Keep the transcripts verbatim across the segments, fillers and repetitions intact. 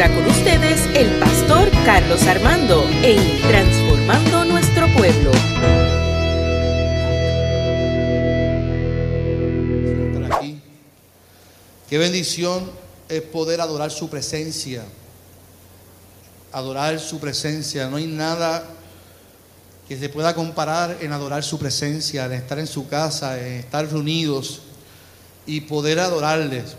Ahora con ustedes el pastor Carlos Armando en Transformando Nuestro Pueblo. Estar aquí. Qué bendición es poder adorar su presencia. Adorar su presencia. No hay nada que se pueda comparar en adorar su presencia, en estar en su casa, en estar reunidos y poder adorarles.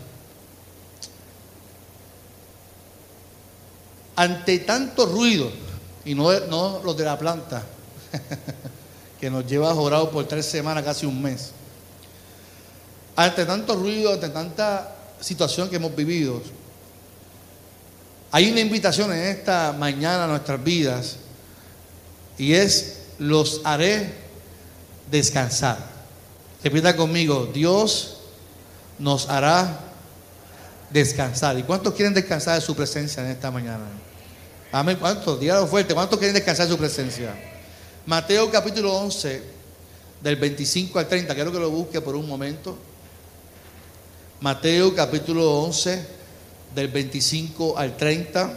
Ante tanto ruido, y no, no los de la planta, que nos lleva jorado por tres semanas, casi un mes. Ante tanto ruido, ante tanta situación que hemos vivido, hay una invitación en esta mañana a nuestras vidas, y es: los haré descansar. Repita conmigo: Dios nos hará descansar. ¿Y cuántos quieren descansar de su presencia en esta mañana? Amén. ¿Cuántos? Dígalo fuerte. ¿Cuántos quieren descansar de su presencia? Mateo capítulo once, del veinticinco al treinta. Quiero que lo busque por un momento. Mateo capítulo once, del veinticinco al treinta.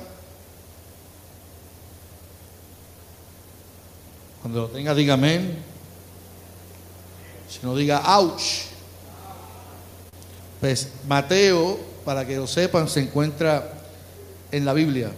Cuando lo tenga, diga amén. Si no, diga ouch. Pues Mateo, para que lo sepan, se encuentra en la Biblia.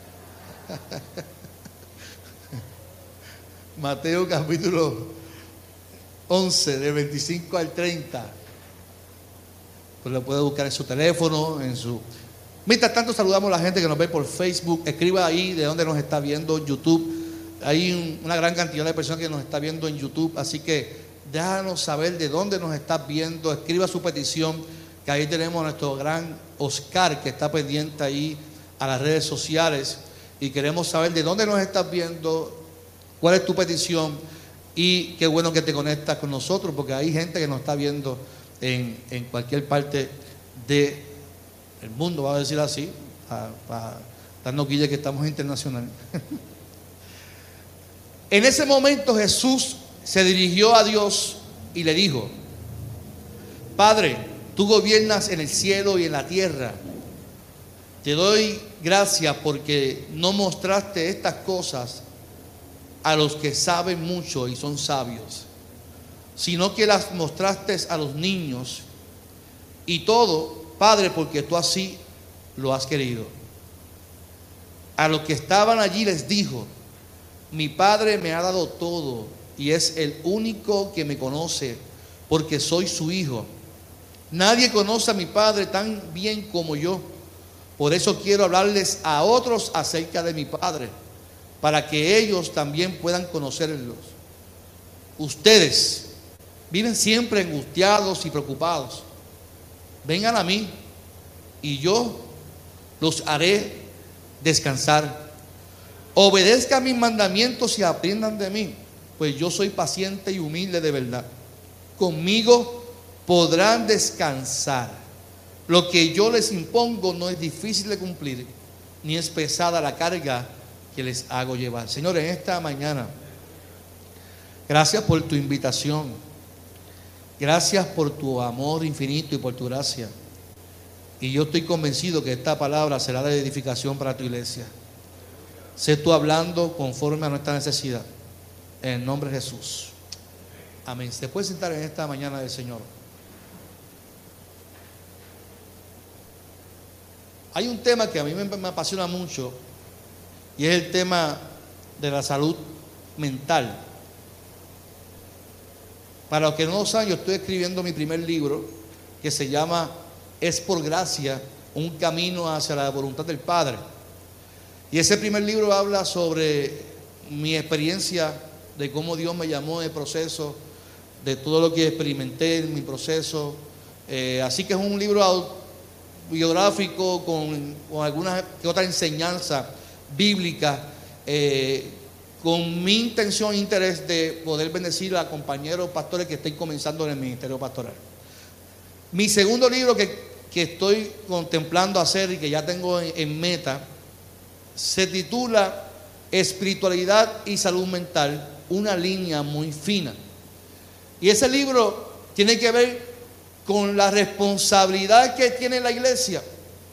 Mateo capítulo once, de veinticinco al treinta. Pues lo puede buscar en su teléfono, en su... Mientras tanto, saludamos a la gente que nos ve por Facebook. Escriba ahí de dónde nos está viendo YouTube. Hay un, una gran cantidad de personas que nos está viendo en YouTube, así que déjanos saber de dónde nos estás viendo. Escriba su petición, que ahí tenemos a nuestro gran Oscar, que está pendiente ahí a las redes sociales, y queremos saber de dónde nos estás viendo, cuál es tu petición, y qué bueno que te conectas con nosotros, porque hay gente que nos está viendo en, en cualquier parte del mundo, vamos a decir así, para, para darnos guille que estamos internacional. En ese momento Jesús se dirigió a Dios y le dijo: Padre, tú gobiernas en el cielo y en la tierra. Te doy gracias porque no mostraste estas cosas a los que saben mucho y son sabios, sino que las mostraste a los niños. Y todo, Padre, porque tú así lo has querido. A los que estaban allí les dijo: mi Padre me ha dado todo y es el único que me conoce, porque soy su hijo. Nadie conoce a mi Padre tan bien como yo. Por eso quiero hablarles a otros acerca de mi Padre, para que ellos también puedan conocerlos. Ustedes viven siempre angustiados y preocupados. Vengan a mí y yo los haré descansar. Obedezcan mis mandamientos y aprendan de mí, pues yo soy paciente y humilde de verdad. Conmigo podrán descansar. Lo que yo les impongo no es difícil de cumplir, ni es pesada la carga que les hago llevar. Señor, en esta mañana, gracias por tu invitación. Gracias por tu amor infinito y por tu gracia. Y yo estoy convencido que esta palabra será de edificación para tu iglesia. Sé tú hablando conforme a nuestra necesidad. En el nombre de Jesús. Amén. ¿Se puede sentar en esta mañana del Señor? Hay un tema que a mí me, me apasiona mucho, y es el tema de la salud mental. Para los que no lo saben, yo estoy escribiendo mi primer libro, que se llama Es por gracia, un camino hacia la voluntad del Padre. Y ese primer libro habla sobre mi experiencia, de cómo Dios me llamó en el proceso, de todo lo que experimenté en mi proceso. Eh, así que es un libro biográfico con, con alguna que otra enseñanza bíblica, eh, con mi intención e interés de poder bendecir a compañeros pastores que estén comenzando en el ministerio pastoral. Mi segundo libro que, que estoy contemplando hacer y que ya tengo en, en meta se titula Espiritualidad y Salud Mental, una línea muy fina. Y ese libro tiene que ver con la responsabilidad que tiene la iglesia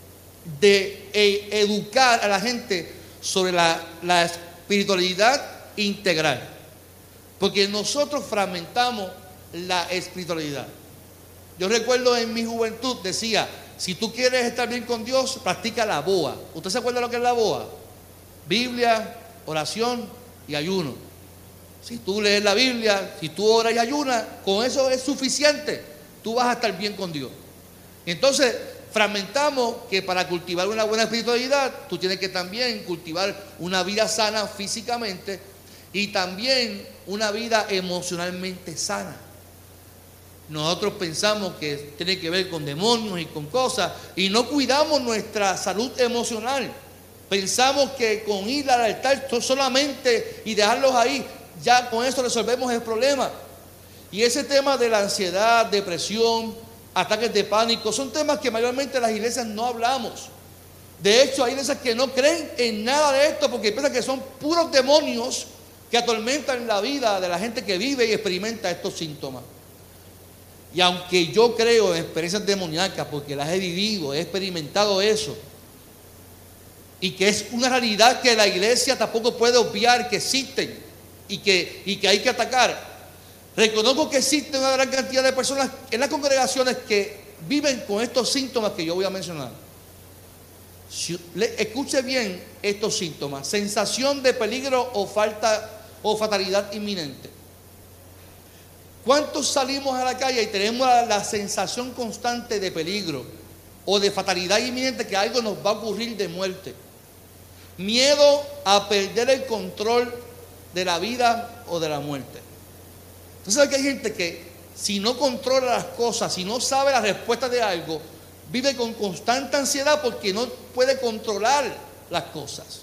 de eh, educar a la gente sobre la, la espiritualidad integral. Porque nosotros fragmentamos la espiritualidad. Yo recuerdo en mi juventud, decía, si tú quieres estar bien con Dios, practica la boa. ¿Usted se acuerda de lo que es la boa? Biblia, oración y ayuno. Si tú lees la Biblia, si tú oras y ayunas, con eso es suficiente. Tú vas a estar bien con Dios. Entonces, fragmentamos que para cultivar una buena espiritualidad, tú tienes que también cultivar una vida sana físicamente y también una vida emocionalmente sana. Nosotros pensamos que tiene que ver con demonios y con cosas y no cuidamos nuestra salud emocional. Pensamos que con ir al altar solamente y dejarlos ahí, ya con eso resolvemos el problema. Y ese tema de la ansiedad, depresión, ataques de pánico, son temas que mayormente las iglesias no hablamos. De hecho, hay iglesias que no creen en nada de esto porque piensan que son puros demonios que atormentan la vida de la gente que vive y experimenta estos síntomas. Y aunque yo creo en experiencias demoníacas, porque las he vivido, he experimentado eso, y que es una realidad que la iglesia tampoco puede obviar que existen y que, y que hay que atacar, reconozco que existe una gran cantidad de personas en las congregaciones que viven con estos síntomas que yo voy a mencionar. Si, le, escuche bien estos síntomas: sensación de peligro o falta o fatalidad inminente. ¿Cuántos salimos a la calle y tenemos la, la sensación constante de peligro o de fatalidad inminente, que algo nos va a ocurrir de muerte? Miedo a perder el control de la vida o de la muerte. Entonces, ¿sabe que hay gente que si no controla las cosas, si no sabe la respuesta de algo, vive con constante ansiedad porque no puede controlar las cosas?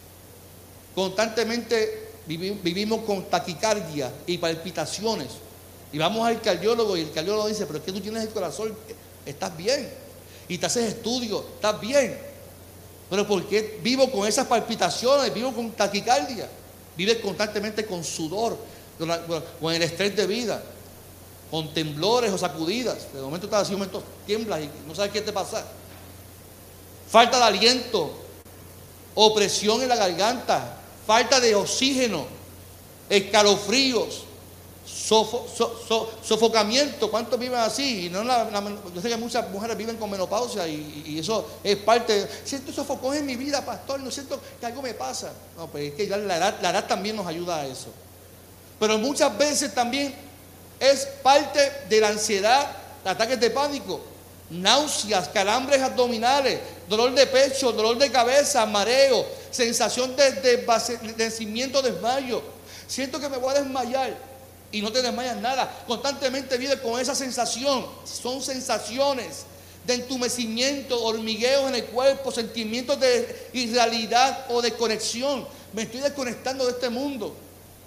Constantemente vivi- vivimos con taquicardia y palpitaciones. Y vamos al cardiólogo y el cardiólogo dice, pero es que tú tienes el corazón, estás bien. Y te haces estudios, estás bien. Pero ¿por qué vivo con esas palpitaciones? Vivo con taquicardia. Vives constantemente con sudor, con, la, con el estrés de vida, con temblores o sacudidas. De momento estás así, de momento tiemblas y no sabes qué te pasa. Falta de aliento, opresión en la garganta, falta de oxígeno, escalofríos, Sofo, so, so, sofocamiento. ¿Cuántos viven así? Y no la, la, yo sé que muchas mujeres viven con menopausia y, y eso es parte de, siento sofocón en mi vida, pastor, no siento que algo me pasa. No, pues es que la edad, la edad también nos ayuda a eso. Pero muchas veces también es parte de la ansiedad, ataques de pánico, náuseas, calambres abdominales, dolor de pecho, dolor de cabeza, mareo, sensación de desvanecimiento, desmayo. Siento que me voy a desmayar. Y no te desmayas nada, constantemente vives con esa sensación. Son sensaciones de entumecimiento, hormigueos en el cuerpo, sentimientos de irrealidad o de conexión. Me estoy desconectando de este mundo.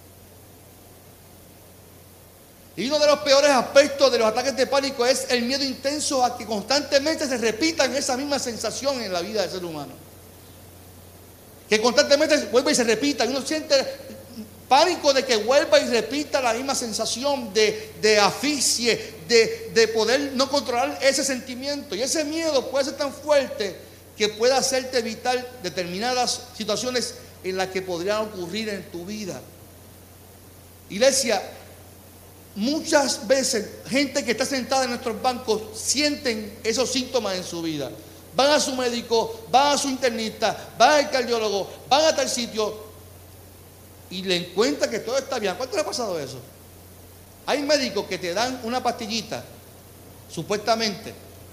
Y uno de los peores aspectos de los ataques de pánico es el miedo intenso a que constantemente se repitan esa misma sensación en la vida del ser humano. Que constantemente vuelve y se repita. Y uno siente pánico de que vuelva y repita la misma sensación de, de asfixia, de, de poder no controlar ese sentimiento. Y ese miedo puede ser tan fuerte que puede hacerte evitar determinadas situaciones en las que podrían ocurrir en tu vida. Iglesia, muchas veces gente que está sentada en nuestros bancos sienten esos síntomas en su vida. Van a su médico, van a su internista, van al cardiólogo, van a tal sitio y le encuentra que todo está bien. ¿Cuánto le ha pasado eso? Hay médicos que te dan una pastillita, supuestamente,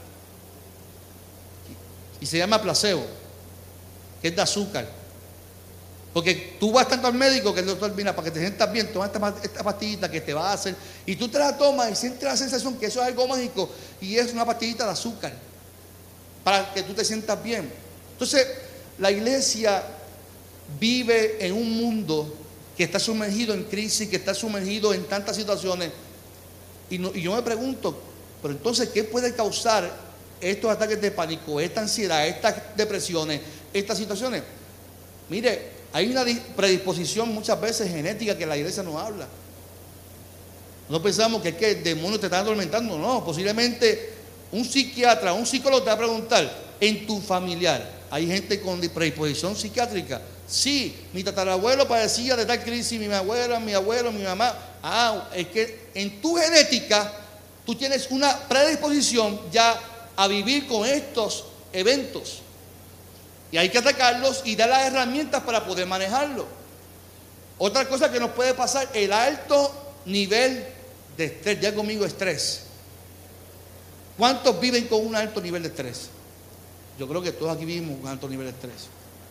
y se llama placebo, que es de azúcar. Porque tú vas tanto al médico que el doctor, mira, para que te sientas bien, toma esta, esta pastillita que te va a hacer, y tú te la tomas y sientes la sensación que eso es algo mágico, y es una pastillita de azúcar, para que tú te sientas bien. Entonces, la iglesia vive en un mundo que está sumergido en crisis, que está sumergido en tantas situaciones. Y, no, y yo me pregunto, pero entonces, ¿qué puede causar estos ataques de pánico, esta ansiedad, estas depresiones, estas situaciones? Mire, hay una predisposición muchas veces genética que la iglesia nos habla. No pensamos que es que el demonio te está atormentando, no. Posiblemente un psiquiatra, un psicólogo te va a preguntar, en tu familiar, ¿hay gente con predisposición psiquiátrica? Sí, mi tatarabuelo padecía de tal crisis, mi abuela, mi abuelo, mi mamá. Ah, es que en tu genética tú tienes una predisposición ya a vivir con estos eventos. Y hay que atacarlos y dar las herramientas para poder manejarlo. Otra cosa que nos puede pasar, el alto nivel de estrés. Ya conmigo, estrés. ¿Cuántos viven con un alto nivel de estrés? Yo creo que todos aquí vivimos con un alto nivel de estrés.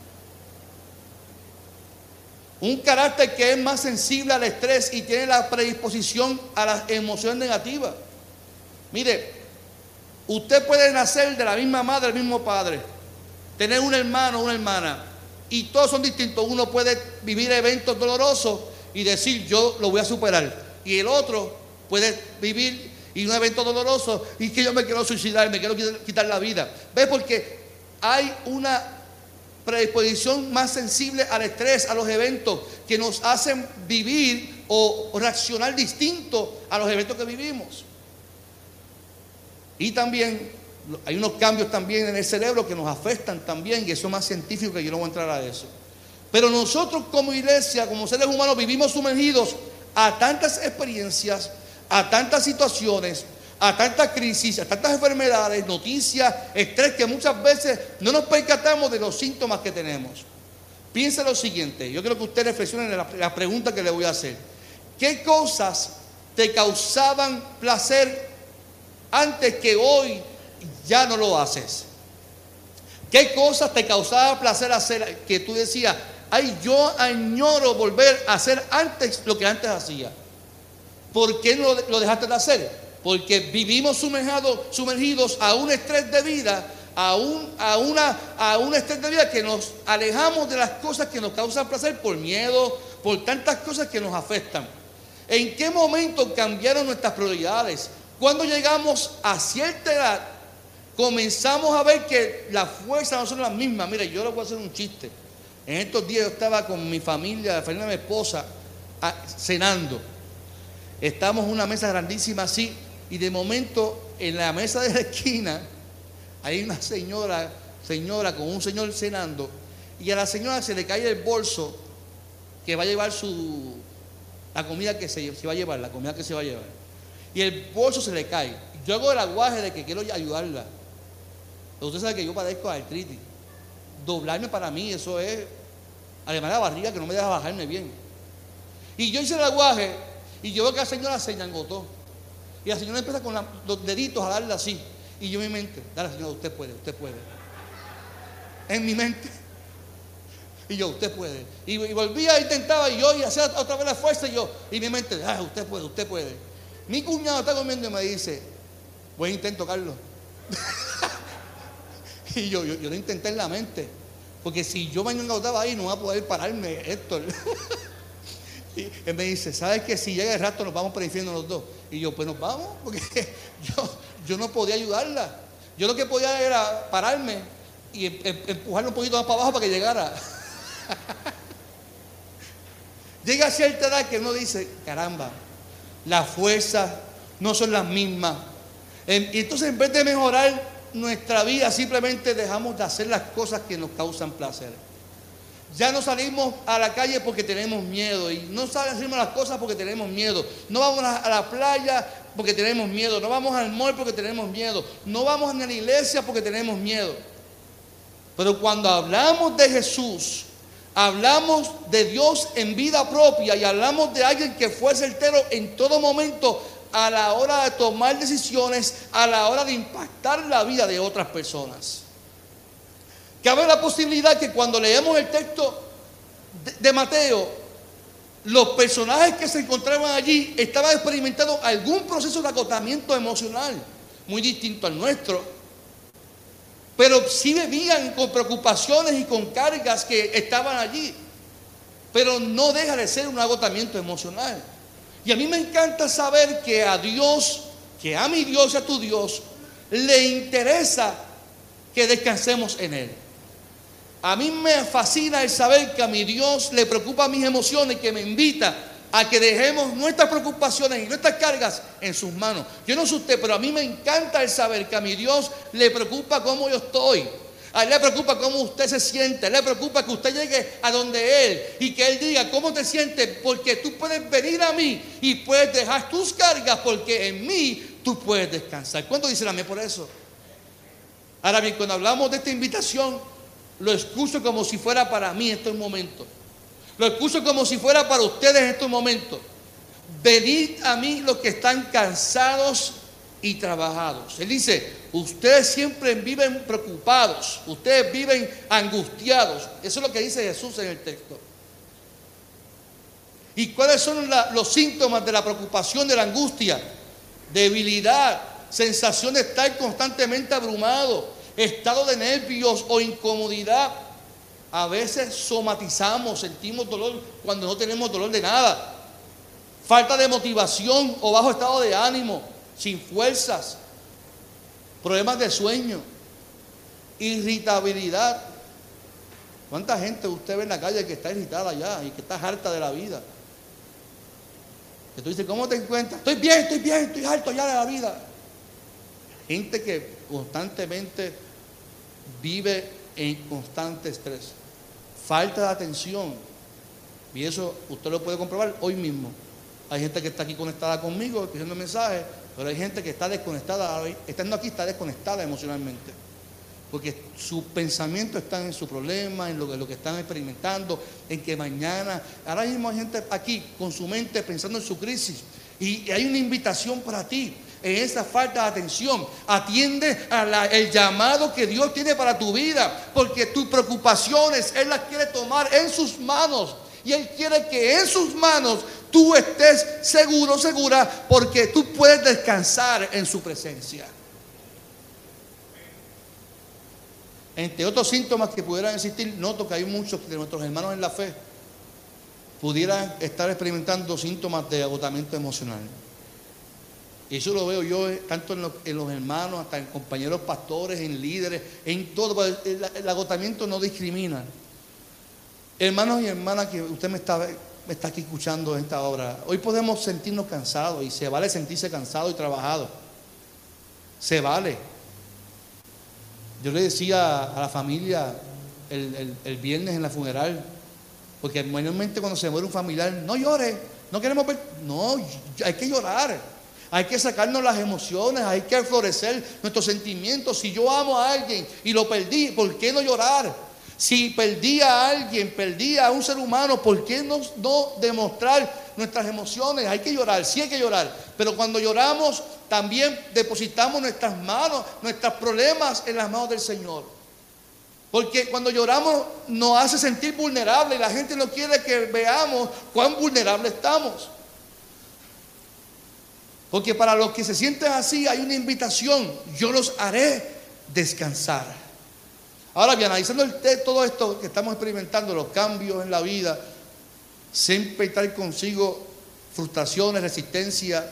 Un carácter que es más sensible al estrés y tiene la predisposición a las emociones negativas. Mire, usted puede nacer de la misma madre, del mismo padre, tener un hermano o una hermana, y todos son distintos. Uno puede vivir eventos dolorosos y decir, yo lo voy a superar. Y el otro puede vivir y un evento doloroso y que yo me quiero suicidar, me quiero quitar la vida. ¿Ves? Porque hay una predisposición más sensible al estrés, a los eventos que nos hacen vivir o, o reaccionar distinto a los eventos que vivimos. Y también hay unos cambios también en el cerebro que nos afectan también, y eso es más científico, que yo no voy a entrar a eso. Pero nosotros como iglesia, como seres humanos, vivimos sumergidos a tantas experiencias, a tantas situaciones, a tantas crisis, a tantas enfermedades, noticias, estrés, que muchas veces no nos percatamos de los síntomas que tenemos. Piensa lo siguiente, yo quiero que usted reflexione en la, la pregunta que le voy a hacer. ¿Qué cosas te causaban placer antes que hoy ya no lo haces? ¿Qué cosas te causaba placer hacer que tú decías, ay, yo añoro volver a hacer antes lo que antes hacía? ¿Por qué no lo dejaste de hacer? Porque vivimos sumergidos, sumergidos a un estrés de vida, a un, a, una, a un estrés de vida que nos alejamos de las cosas que nos causan placer por miedo, por tantas cosas que nos afectan. ¿En qué momento cambiaron nuestras prioridades? Cuando llegamos a cierta edad, comenzamos a ver que las fuerzas no son las mismas. Mire, yo les voy a hacer un chiste. En estos días yo estaba con mi familia, la familia de mi esposa, a, cenando. Estábamos en una mesa grandísima así, y de momento en la mesa de la esquina hay una señora, señora con un señor cenando, y a la señora se le cae el bolso que va a llevar su la comida que se, se va a llevar, la comida que se va a llevar. Y el bolso se le cae. Yo hago el aguaje de que quiero ayudarla. Pero usted sabe que yo padezco de artritis. Doblarme para mí, eso es, además la barriga que no me deja bajarme bien. Y yo hice el aguaje y yo veo que la señora se ñangotó. Y la señora empieza con la, los deditos a darle así. Y yo en mi mente, dale señora, usted puede, usted puede. En mi mente. Y yo, usted puede. Y, y volvía, intentaba, y yo y hacía otra vez la fuerza, y yo, y mi mente, ah, usted puede, usted puede. Mi cuñado está comiendo y me dice, buen intento, Carlos. Y yo, yo, yo lo intenté en la mente, porque si yo me engordaba ahí no va a poder pararme, Héctor. Y él me dice, ¿sabes qué? Si llega el rato nos vamos para el infierno los dos. Y yo, pues nos vamos, porque yo, yo no podía ayudarla. Yo lo que podía era pararme y empujarlo un poquito más para abajo para que llegara. Llega a cierta edad que uno dice, caramba, las fuerzas no son las mismas. Y entonces, en vez de mejorar nuestra vida, simplemente dejamos de hacer las cosas que nos causan placer. Ya no salimos a la calle porque tenemos miedo, y no salimos las cosas porque tenemos miedo. No vamos a la playa porque tenemos miedo. No vamos al mall porque tenemos miedo. No vamos a la iglesia porque tenemos miedo. Pero cuando hablamos de Jesús, hablamos de Dios en vida propia, y hablamos de alguien que fue certero en todo momento a la hora de tomar decisiones, a la hora de impactar la vida de otras personas. Cabe la posibilidad que cuando leemos el texto de, de Mateo, los personajes que se encontraban allí estaban experimentando algún proceso de agotamiento emocional muy distinto al nuestro, pero sí vivían con preocupaciones y con cargas que estaban allí, pero no deja de ser un agotamiento emocional. Y a mí me encanta saber que a Dios, que a mi Dios y a tu Dios, le interesa que descansemos en Él. A mí me fascina el saber que a mi Dios le preocupan mis emociones, que me invita a que dejemos nuestras preocupaciones y nuestras cargas en sus manos. Yo no sé usted, pero a mí me encanta el saber que a mi Dios le preocupa cómo yo estoy. A Él le preocupa cómo usted se siente. A Él le preocupa que usted llegue a donde Él y que Él diga cómo te sientes, porque tú puedes venir a mí y puedes dejar tus cargas, porque en mí tú puedes descansar. ¿Cuánto dicen amén por eso? Ahora bien, cuando hablamos de esta invitación, lo escucho como si fuera para mí en estos momentos. Lo escucho como si fuera para ustedes en estos momentos. Venid a mí los que están cansados y trabajados. Él dice, ustedes siempre viven preocupados, ustedes viven angustiados. Eso es lo que dice Jesús en el texto. ¿Y cuáles son la, los síntomas de la preocupación, de la angustia? Debilidad, sensación de estar constantemente abrumado, estado de nervios o incomodidad. A veces somatizamos, sentimos dolor cuando no tenemos dolor de nada. Falta de motivación o bajo estado de ánimo, sin fuerzas, problemas de sueño, irritabilidad. ¿Cuánta gente usted ve en la calle que está irritada ya y que está harta de la vida? Que tú dices, ¿cómo te encuentras? Estoy bien, estoy bien, estoy harto ya de la vida. Gente que constantemente vive en constante estrés, falta de atención. Y eso usted lo puede comprobar hoy mismo. Hay gente que está aquí conectada conmigo, escuchando mensajes, pero hay gente que está desconectada, estando aquí está desconectada emocionalmente, porque sus pensamientos están en su problema, en lo, en lo que están experimentando, en que mañana, ahora mismo hay gente aquí con su mente pensando en su crisis, y hay una invitación para ti. En esa falta de atención, atiende al llamado que Dios tiene para tu vida, porque tus preocupaciones Él las quiere tomar en sus manos, y Él quiere que en sus manos tú estés seguro, segura, porque tú puedes descansar en su presencia. Entre otros síntomas que pudieran existir, noto que hay muchos de nuestros hermanos en la fe pudieran estar experimentando síntomas de agotamiento emocional. Y eso lo veo yo tanto en los, en los hermanos, hasta en compañeros pastores, en líderes, en todo. El, el agotamiento no discrimina. Hermanos y hermanas que usted me está, me está aquí escuchando en esta hora, hoy podemos sentirnos cansados, y se vale sentirse cansado y trabajado. Se vale. Yo le decía a la familia el, el, el viernes en la funeral, porque mayormente cuando se muere un familiar, no llore, no queremos ver, no, hay que llorar. Hay que sacarnos las emociones, hay que florecer nuestros sentimientos. Si yo amo a alguien y lo perdí, ¿por qué no llorar? Si perdí a alguien, perdí a un ser humano, ¿por qué no, no demostrar nuestras emociones? Hay que llorar, sí hay que llorar. Pero cuando lloramos, también depositamos nuestras manos, nuestros problemas en las manos del Señor. Porque cuando lloramos nos hace sentir vulnerables, y la gente no quiere que veamos cuán vulnerables estamos. Porque para los que se sienten así hay una invitación: yo los haré descansar. Ahora bien, analizando el, todo esto que estamos experimentando, los cambios en la vida, siempre trae consigo frustraciones, resistencia.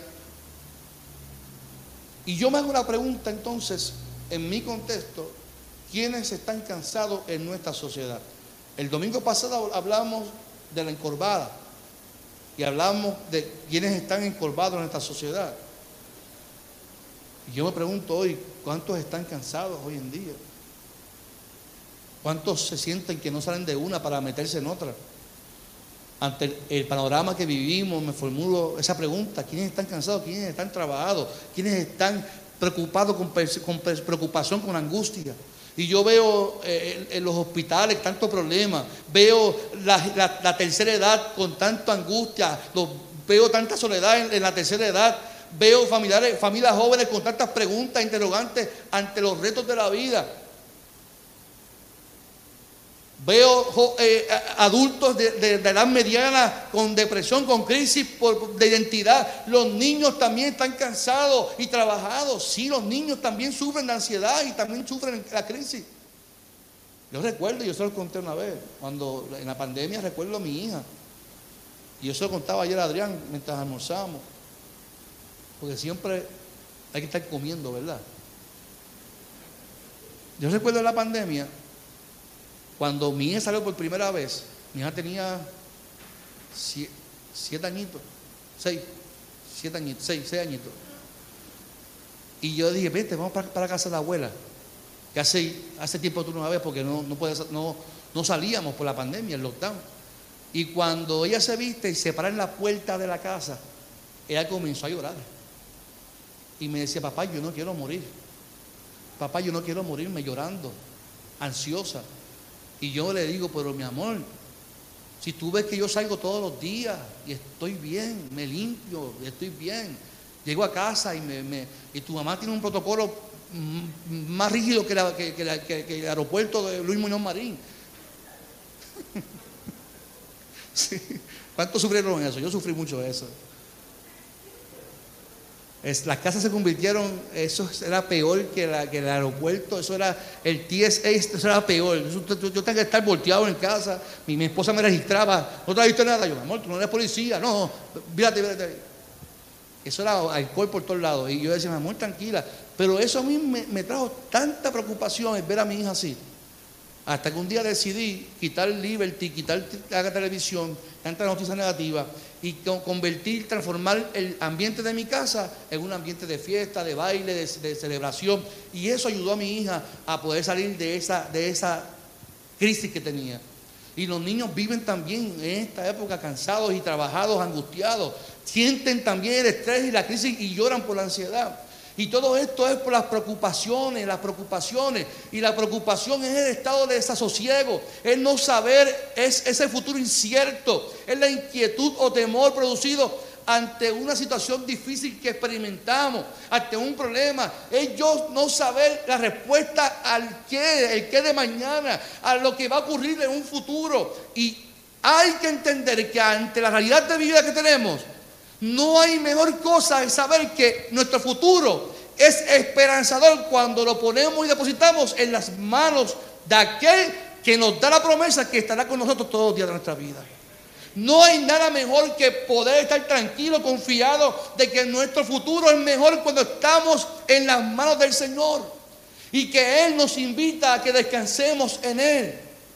Y yo me hago una pregunta entonces, en mi contexto: ¿quiénes están cansados en nuestra sociedad? El domingo pasado hablamos de la encorvada. Y hablamos de quienes están encorvados en esta sociedad. Y yo me pregunto hoy, ¿cuántos están cansados hoy en día? ¿Cuántos se sienten que no salen de una para meterse en otra? Ante el, el panorama que vivimos, me formulo esa pregunta: ¿quiénes están cansados? ¿Quiénes están trabajados? ¿Quiénes están preocupados con, con preocupación, con angustia? Y yo veo eh, en los hospitales tanto problema, veo la, la, la tercera edad con tanta angustia, los, veo tanta soledad en, en la tercera edad, veo familiares, familias jóvenes con tantas preguntas, interrogantes ante los retos de la vida. Veo eh, adultos de, de, de edad mediana con depresión, con crisis por, de identidad. Los niños también están cansados y trabajados. Sí, los niños también sufren de ansiedad y también sufren la crisis. Yo recuerdo, yo se lo conté una vez, cuando en la pandemia recuerdo a mi hija. Y yo se lo contaba ayer a Adrián mientras almorzábamos. Porque siempre hay que estar comiendo, ¿verdad? Yo recuerdo en la pandemia, cuando mi hija salió por primera vez, mi hija tenía siete añitos, seis, siete añitos, seis, seis añitos. Y yo dije, vete, vamos para, para casa de la abuela, que hace, hace tiempo tú no la ves porque no, no, puedes, no, no salíamos por la pandemia, el lockdown. Y cuando ella se viste y se para en la puerta de la casa, ella comenzó a llorar. Y me decía, papá, yo no quiero morir. Papá, yo no quiero morirme, llorando, ansiosa. Y yo le digo, pero mi amor, si tú ves que yo salgo todos los días y estoy bien, me limpio, y estoy bien, llego a casa y, me, me, y tu mamá tiene un protocolo más rígido que, la, que, que, la, que, que el aeropuerto de Luis Muñoz Marín. Sí. ¿Cuántos sufrieron eso? Yo sufrí mucho eso. Es, las casas se convirtieron, eso era peor que, la, que el aeropuerto, eso era el T S A, eso era peor. Eso, yo, yo tengo que estar volteado en casa, mi, mi esposa me registraba, no trajiste nada, yo, mi amor, tú no eres policía, no, mírate, mírate. Eso era alcohol por todos lados, y yo decía, mi amor, tranquila, pero eso a mí me, me trajo tanta preocupación el ver a mi hija así, hasta que un día decidí quitar Liberty, quitar la televisión, tanta noticia negativa, y convertir, transformar el ambiente de mi casa en un ambiente de fiesta, de baile, de, de celebración. Y eso ayudó a mi hija a poder salir de esa, de esa crisis que tenía. Y los niños viven también en esta época cansados y trabajados, angustiados. Sienten también el estrés y la crisis y lloran por la ansiedad. Y todo esto es por las preocupaciones, las preocupaciones. Y la preocupación es el estado de desasosiego, es no saber, es ese futuro incierto, es la inquietud o temor producido ante una situación difícil que experimentamos, ante un problema. Es yo no saber la respuesta al qué, el qué de mañana, a lo que va a ocurrir en un futuro. Y hay que entender que ante la realidad de vida que tenemos, no hay mejor cosa que saber que nuestro futuro es esperanzador cuando lo ponemos y depositamos en las manos de aquel que nos da la promesa que estará con nosotros todos los días de nuestra vida. No hay nada mejor que poder estar tranquilo, confiado de que nuestro futuro es mejor cuando estamos en las manos del Señor y que Él nos invita a que descansemos en Él.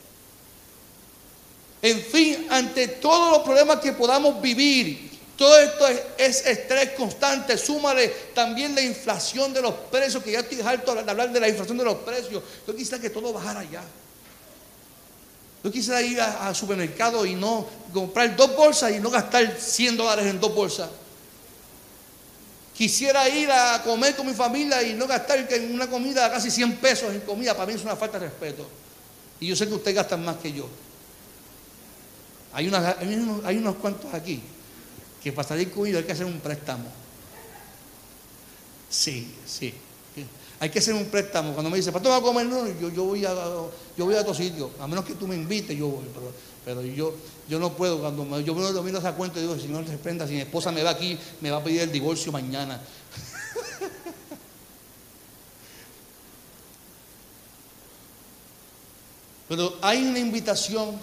En fin, ante todos los problemas que podamos vivir, todo esto es, es estrés constante. Súmale también la inflación de los precios, que ya estoy harto de hablar de la inflación de los precios. Yo quisiera que todo bajara ya. Yo quisiera ir al supermercado y no comprar dos bolsas y no gastar cien dólares en dos bolsas. Quisiera ir a comer con mi familia y no gastar en una comida casi cien pesos en comida. Para mí es una falta de respeto. Y yo sé que ustedes gastan más que yo. Hay, una, hay, unos, hay unos cuantos aquí que para salir con ellos hay que hacer un préstamo. Sí, sí. Hay que hacer un préstamo. Cuando me dice, ¿para tomar a comer? No, yo, yo, voy a, yo voy a otro sitio. A menos que tú me invites, yo voy. Pero, pero yo, yo no puedo. Cuando me, yo me miro esa cuenta y digo, si no se prenda, si mi esposa me va aquí, me va a pedir el divorcio mañana. Pero hay una invitación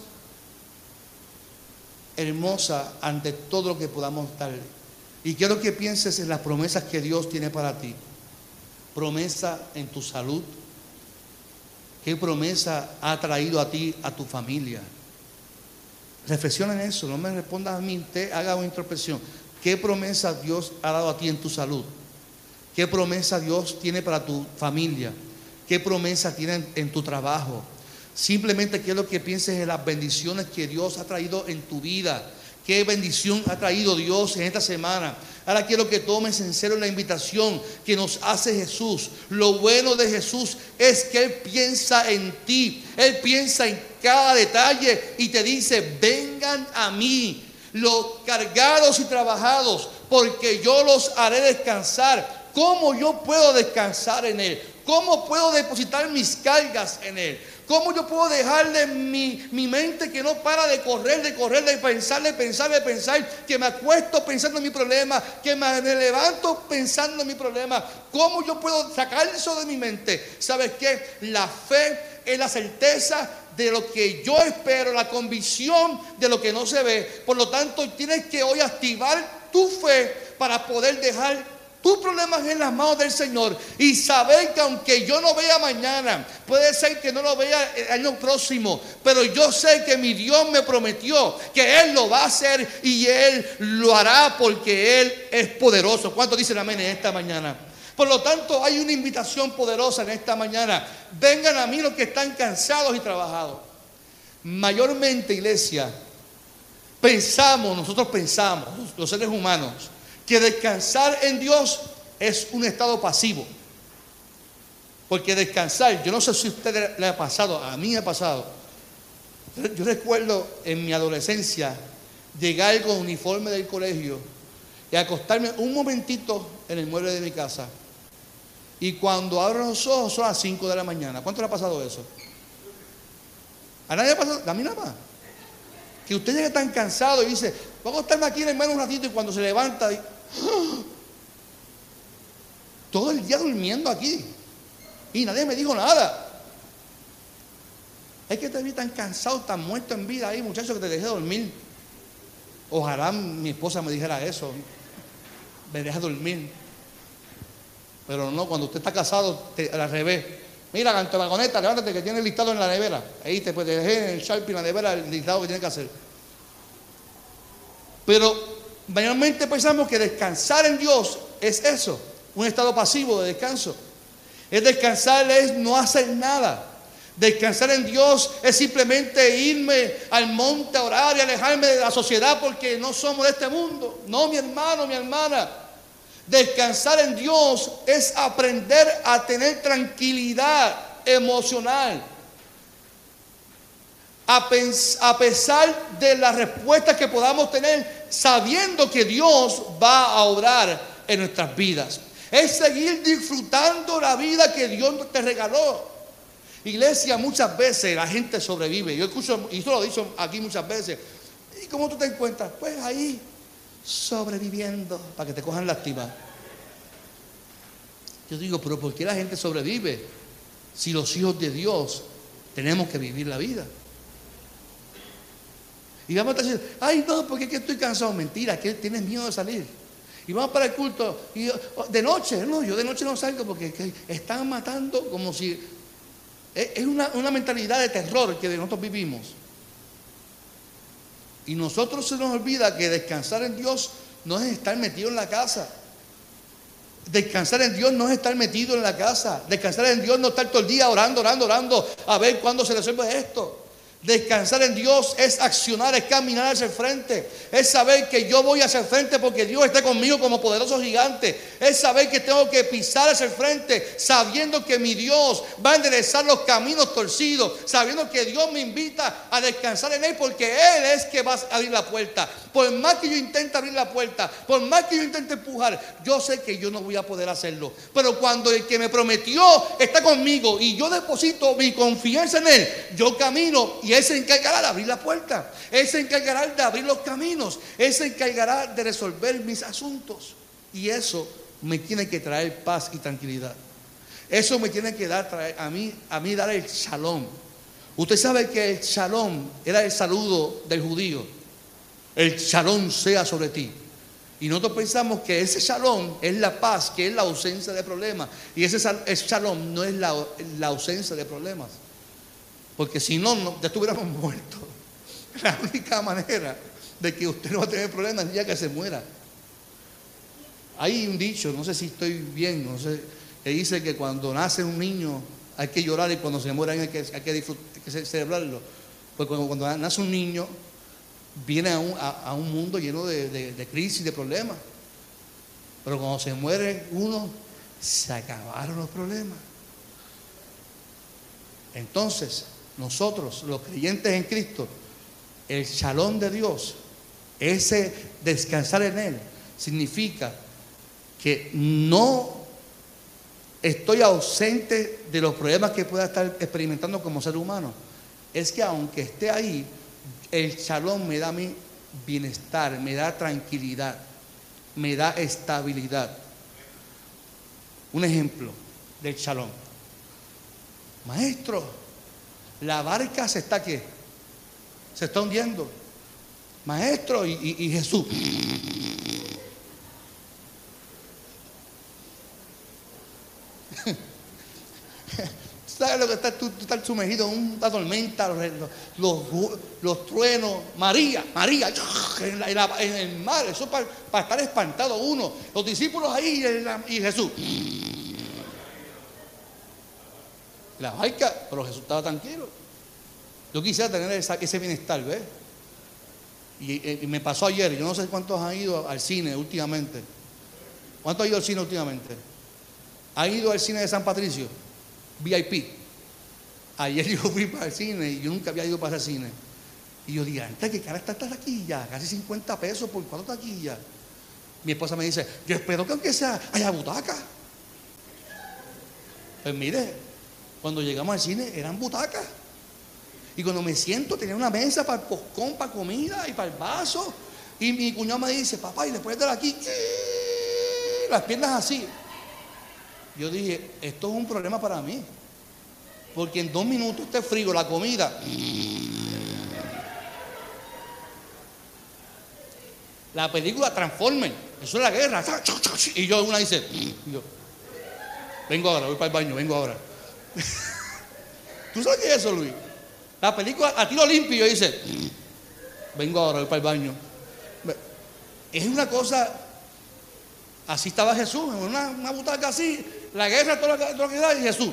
hermosa ante todo lo que podamos darle. Y quiero que pienses en las promesas que Dios tiene para ti. Promesa en tu salud. ¿Qué promesa ha traído a ti, a tu familia? Reflexiona en eso, no me respondas a mí, te haga una introspección. ¿Qué promesa Dios ha dado a ti en tu salud? ¿Qué promesa Dios tiene para tu familia? ¿Qué promesa tiene en, en tu trabajo? Simplemente quiero que pienses en las bendiciones que Dios ha traído en tu vida. ¿Qué bendición ha traído Dios en esta semana? Ahora quiero que tomes en serio la invitación que nos hace Jesús. Lo bueno de Jesús es que Él piensa en ti. Él piensa en cada detalle y te dice, vengan a mí, los cargados y trabajados, porque yo los haré descansar. ¿Cómo yo puedo descansar en Él? ¿Cómo puedo depositar mis cargas en Él? ¿Cómo yo puedo dejarle mi, mi mente que no para de correr, de correr, de pensar, de pensar, de pensar, que me acuesto pensando en mi problema, que me levanto pensando en mi problema? ¿Cómo yo puedo sacar eso de mi mente? ¿Sabes qué? La fe es la certeza de lo que yo espero, la convicción de lo que no se ve. Por lo tanto, tienes que hoy activar tu fe para poder dejar tus problemas en las manos del Señor y saber que aunque yo no vea mañana, puede ser que no lo vea el año próximo, pero yo sé que mi Dios me prometió que Él lo va a hacer y Él lo hará porque Él es poderoso. ¿Cuántos dicen amén en esta mañana? Por lo tanto, hay una invitación poderosa en esta mañana. Vengan a mí los que están cansados y trabajados. Mayormente, iglesia, pensamos, nosotros pensamos, los seres humanos, que descansar en Dios es un estado pasivo. Porque descansar, yo no sé si a usted le ha pasado, a mí me ha pasado. Yo recuerdo en mi adolescencia llegar con uniforme del colegio y acostarme un momentito en el mueble de mi casa. Y cuando abro los ojos son las cinco de la mañana. ¿Cuánto le ha pasado eso? ¿A nadie le ha pasado? ¿A mí nada más? Que usted llegue tan cansado y dice, voy a acostarme aquí en el menos un ratito, y cuando se levanta, y, ¡oh! Todo el día durmiendo aquí y nadie me dijo nada. Es que te vi tan cansado, tan muerto en vida ahí, muchacho, que te dejé dormir. Ojalá mi esposa me dijera eso, me deja dormir. Pero no, cuando usted está casado, te, al revés. Mira, canto vagoneta, levántate que tiene el listado en la nevera. Ahí te, pues, te dejé en el Sharpie en la nevera el listado que tiene que hacer. Pero mayormente pensamos que descansar en Dios es eso, un estado pasivo de descanso. Es descansar, es no hacer nada. Descansar en Dios es simplemente irme al monte a orar y alejarme de la sociedad porque no somos de este mundo. No, mi hermano, mi hermana. Descansar en Dios es aprender a tener tranquilidad emocional. A, pens- a pesar de las respuestas que podamos tener, sabiendo que Dios va a obrar en nuestras vidas. Es seguir disfrutando la vida que Dios te regaló. Iglesia, muchas veces la gente sobrevive. Yo escucho, y esto lo he dicho aquí muchas veces. ¿Y cómo tú te encuentras? Pues ahí, sobreviviendo, para que te cojan lástima. Yo digo, pero ¿por qué la gente sobrevive? Si los hijos de Dios tenemos que vivir la vida. Y vamos a estar diciendo, ay no, porque es que estoy cansado. Mentira, que tienes miedo de salir. Y vamos para el culto, y de noche, no, yo de noche no salgo porque están matando como si... Es una, una mentalidad de terror que nosotros vivimos. Y nosotros se nos olvida que descansar en Dios no es estar metido en la casa. Descansar en Dios no es estar metido en la casa. Descansar en Dios no es estar todo el día orando, orando, orando a ver cuándo se resuelve esto. Descansar en Dios es accionar, es caminar hacia el frente. Es saber que yo voy hacia el frente porque Dios está conmigo como poderoso gigante. Es saber que tengo que pisar hacia el frente, sabiendo que mi Dios va a enderezar los caminos torcidos, sabiendo que Dios me invita a descansar en Él porque Él es que va a abrir la puerta. Por más que yo intente abrir la puerta, por más que yo intente empujar, yo sé que yo no voy a poder hacerlo. Pero cuando el que me prometió está conmigo y yo deposito mi confianza en Él, yo camino y Él se encargará de abrir la puerta. Él se encargará de abrir los caminos. Él se encargará de resolver mis asuntos. Y eso me tiene que traer paz y tranquilidad. Eso me tiene que dar traer, a mí, a mí dar el shalom. Usted sabe que el shalom era el saludo del judío. El shalom sea sobre ti. Y nosotros pensamos que ese shalom es la paz, que es la ausencia de problemas. Y ese, ese shalom no es la, la ausencia de problemas. Porque si no, no, ya estuviéramos muertos. La única manera de que usted no va a tener problemas es el día que se muera. Hay un dicho, no sé si estoy bien, no sé, que dice que cuando nace un niño hay que llorar y cuando se muera hay que, hay que, disfrutar, hay que celebrarlo. Porque cuando, cuando nace un niño viene a un, a, a un mundo lleno de, de, de crisis, de problemas. Pero cuando se muere uno, se acabaron los problemas. Entonces, nosotros, los creyentes en Cristo, el shalom de Dios, ese descansar en Él, significa que no estoy ausente de los problemas que pueda estar experimentando como ser humano. Es que aunque esté ahí, el shalom me da mi bienestar, me da tranquilidad, me da estabilidad. Un ejemplo del shalom. Maestro, la barca se está ¿qué? Se está hundiendo. Maestro, y, y, y Jesús. sabes lo que está, tú, tú estás sumergido en una tormenta, los, los, los truenos, María, María, en, la, en, la, en el mar, eso para, para estar espantado uno, los discípulos ahí y, y Jesús. La barca, pero Jesús estaba tranquilo. Yo quisiera tener esa, ese bienestar, ¿ves? Y, y me pasó ayer, yo no sé cuántos han ido al cine últimamente. ¿Cuántos han ido al cine últimamente? ¿Han ido al cine de San Patricio? V I P. Ayer yo fui para el cine y yo nunca había ido para ese cine. Y yo dije, antes que cara está esta taquilla, casi cincuenta pesos por cuatro taquillas. Mi esposa me dice, yo espero que aunque sea haya butaca. Pues mire, cuando llegamos al cine eran butacas. Y cuando me siento tenía una mesa para el poscón, para comida y para el vaso. Y mi cuñado me dice, papá, y después de aquí, las piernas así. Yo dije, esto es un problema para mí. Porque en dos minutos este frío, la comida. La película Transformers, eso es la guerra. Y yo una dice, y yo, vengo ahora, voy para el baño, vengo ahora. ¿Tú sabes qué es eso, Luis? La película a tiro limpio, yo dice, vengo ahora, voy para el baño. Es una cosa, así estaba Jesús, en una, una butaca así, la guerra, todo lo que da, y Jesús.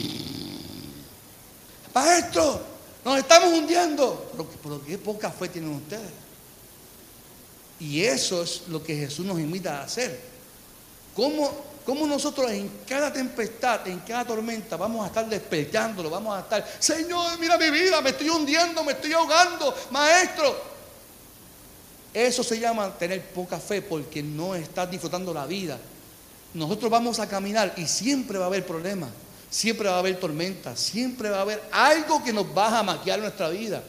Maestro, nos estamos hundiendo. Pero, pero qué poca fe tienen ustedes. Y eso es lo que Jesús nos invita a hacer. ¿Cómo, cómo nosotros en cada tempestad, en cada tormenta, vamos a estar despertándolo, vamos a estar, Señor, mira mi vida, me estoy hundiendo, me estoy ahogando, maestro. Eso se llama tener poca fe, porque no estás disfrutando la vida. Nosotros vamos a caminar y siempre va a haber problemas, siempre va a haber tormentas, siempre va a haber algo que nos va a maquiar nuestra vida,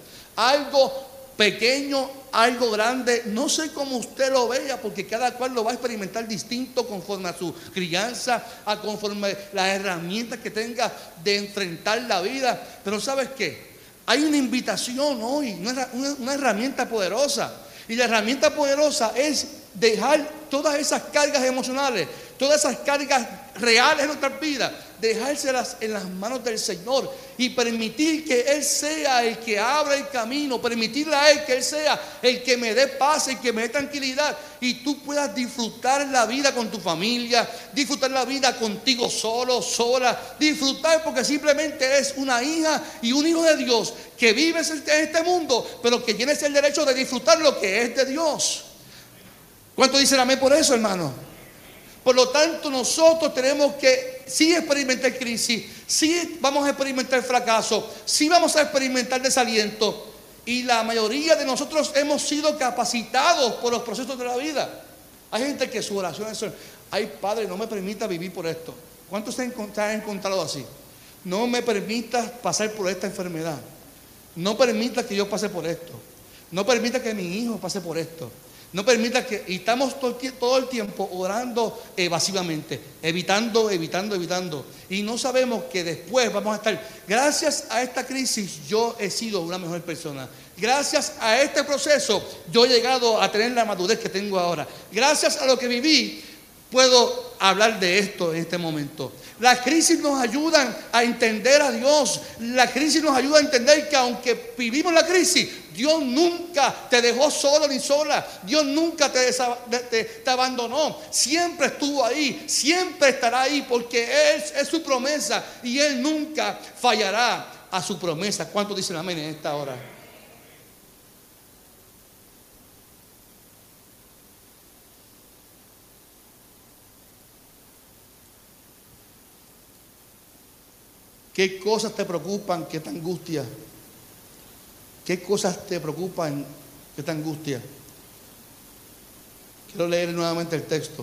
algo pequeño, algo grande, no sé cómo usted lo vea, porque cada cual lo va a experimentar distinto conforme a su crianza, a conforme las herramientas que tenga de enfrentar la vida. Pero ¿sabes qué? Hay una invitación hoy, una, una, una herramienta poderosa, y la herramienta poderosa es dejar todas esas cargas emocionales, todas esas cargas reales en nuestras vidas, dejárselas en las manos del Señor y permitir que Él sea el que abra el camino, permitirle a Él que Él sea el que me dé paz, el que me dé tranquilidad, y tú puedas disfrutar la vida con tu familia, disfrutar la vida contigo solo, sola, disfrutar porque simplemente eres una hija y un hijo de Dios que vives en este mundo, pero que tienes el derecho de disfrutar lo que es de Dios. ¿Cuánto dicen amén por eso, hermano? Por lo tanto, nosotros tenemos que sí experimentar crisis, sí vamos a experimentar fracaso, sí vamos a experimentar desaliento. Y la mayoría de nosotros hemos sido capacitados por los procesos de la vida. Hay gente que su oración es, ay Padre, no me permita vivir por esto. ¿Cuántos se han encontrado así? No me permitas pasar por esta enfermedad. No permita que yo pase por esto. No permita que mi hijo pase por esto. No permita que, y estamos todo, todo el tiempo orando evasivamente, evitando, evitando, evitando. Y no sabemos que después vamos a estar, gracias a esta crisis yo he sido una mejor persona. Gracias a este proceso yo he llegado a tener la madurez que tengo ahora. Gracias a lo que viví puedo hablar de esto en este momento. Las crisis nos ayudan a entender a Dios. La crisis nos ayuda a entender que aunque vivimos la crisis, Dios nunca te dejó solo ni sola. Dios nunca te, te, te abandonó. Siempre estuvo ahí, siempre estará ahí, porque Él es su promesa y Él nunca fallará a su promesa. ¿Cuántos dicen amén en esta hora? ¿Qué cosas te preocupan? ¿Qué te angustia? ¿Qué cosas te preocupan? ¿Qué te angustia? Quiero leer nuevamente el texto.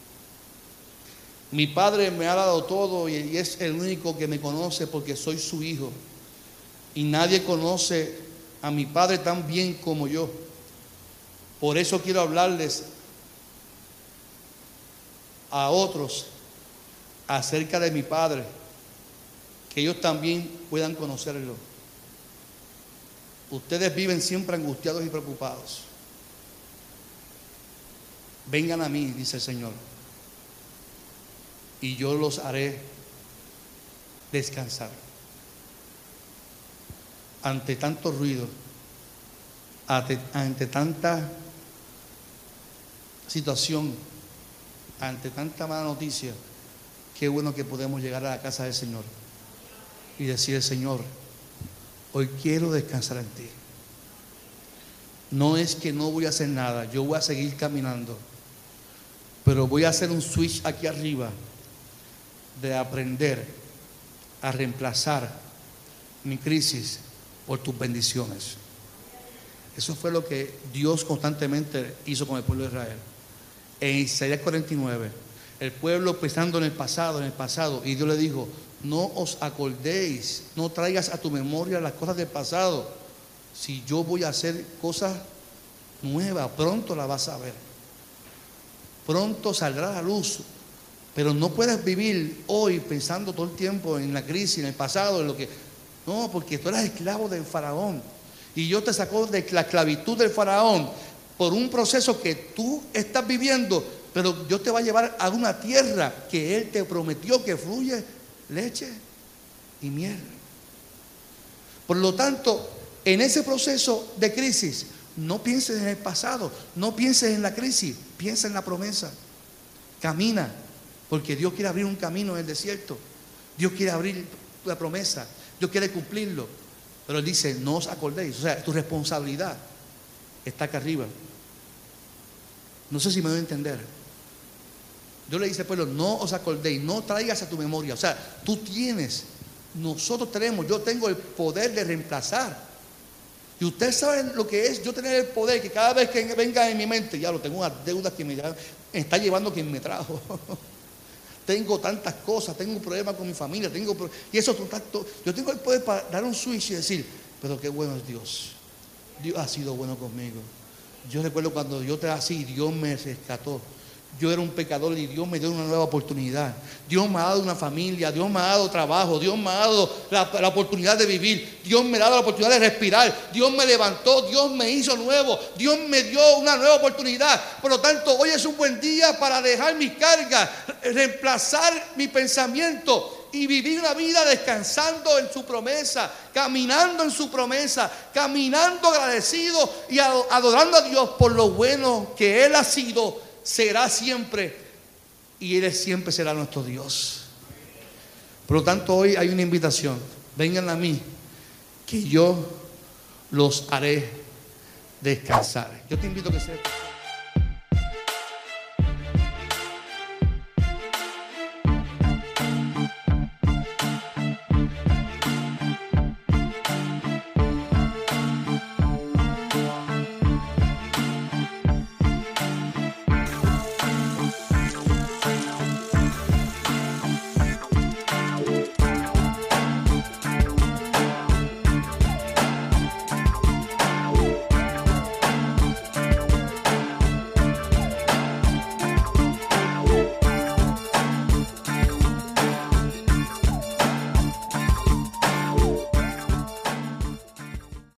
Mi Padre me ha dado todo y es el único que me conoce porque soy su hijo. Y nadie conoce a mi Padre tan bien como yo. Por eso quiero hablarles a otros acerca de mi Padre, que ellos también puedan conocerlo. Ustedes viven siempre angustiados y preocupados. Vengan a mí, dice el Señor, y yo los haré descansar. ante tanto ruido, ante, ante tanta situación, ante tanta mala noticia, qué bueno que podemos llegar a la casa del Señor y decir: Señor, hoy quiero descansar en ti. No es que no voy a hacer nada, yo voy a seguir caminando, pero voy a hacer un switch aquí arriba de aprender a reemplazar mi crisis por tus bendiciones. Eso fue lo que Dios constantemente hizo con el pueblo de Israel. En Isaías cuarenta y nueve, el pueblo pensando en el pasado, en el pasado, y Dios le dijo: no os acordéis, no traigas a tu memoria las cosas del pasado. Si yo voy a hacer cosas nuevas, pronto las vas a ver. Pronto saldrá a la luz. Pero no puedes vivir hoy pensando todo el tiempo en la crisis, en el pasado, en lo que... No, porque tú eras esclavo del faraón. Y Dios te sacó de la esclavitud del faraón por un proceso que tú estás viviendo, pero Dios te va a llevar a una tierra que Él te prometió que fluye leche y miel. Por lo tanto, en ese proceso de crisis, no pienses en el pasado, no pienses en la crisis, piensa en la promesa. Camina, porque Dios quiere abrir un camino en el desierto. Dios quiere abrir la promesa, Dios quiere cumplirlo. Pero Él dice: no os acordéis. O sea, tu responsabilidad está acá arriba. No sé si me doy a entender. Dios le dice al pueblo: no os acordéis, no traigas a tu memoria. O sea, tú tienes, nosotros tenemos, yo tengo el poder de reemplazar. Y ustedes saben lo que es yo tener el poder, que cada vez que venga en mi mente, ya lo tengo, unas deudas que me, me está llevando quien me trajo. Tengo tantas cosas, tengo un problema con mi familia, tengo, y eso tanto, yo tengo el poder para dar un switch y decir: pero qué bueno es Dios. Dios ha sido bueno conmigo. Yo recuerdo cuando yo te así, Dios me rescató. Yo era un pecador y Dios me dio una nueva oportunidad. Dios me ha dado una familia, Dios me ha dado trabajo, Dios me ha dado la, la oportunidad de vivir, Dios me ha dado la oportunidad de respirar, Dios me levantó, Dios me hizo nuevo, Dios me dio una nueva oportunidad. Por lo tanto, hoy es un buen día para dejar mis cargas, reemplazar mi pensamiento y vivir una vida descansando en su promesa, caminando en su promesa, caminando agradecido y adorando a Dios por lo bueno que Él ha sido, será siempre, y Él siempre será nuestro Dios. Por lo tanto, hoy hay una invitación: vengan a mí, que yo los haré descansar. Yo te invito a que sea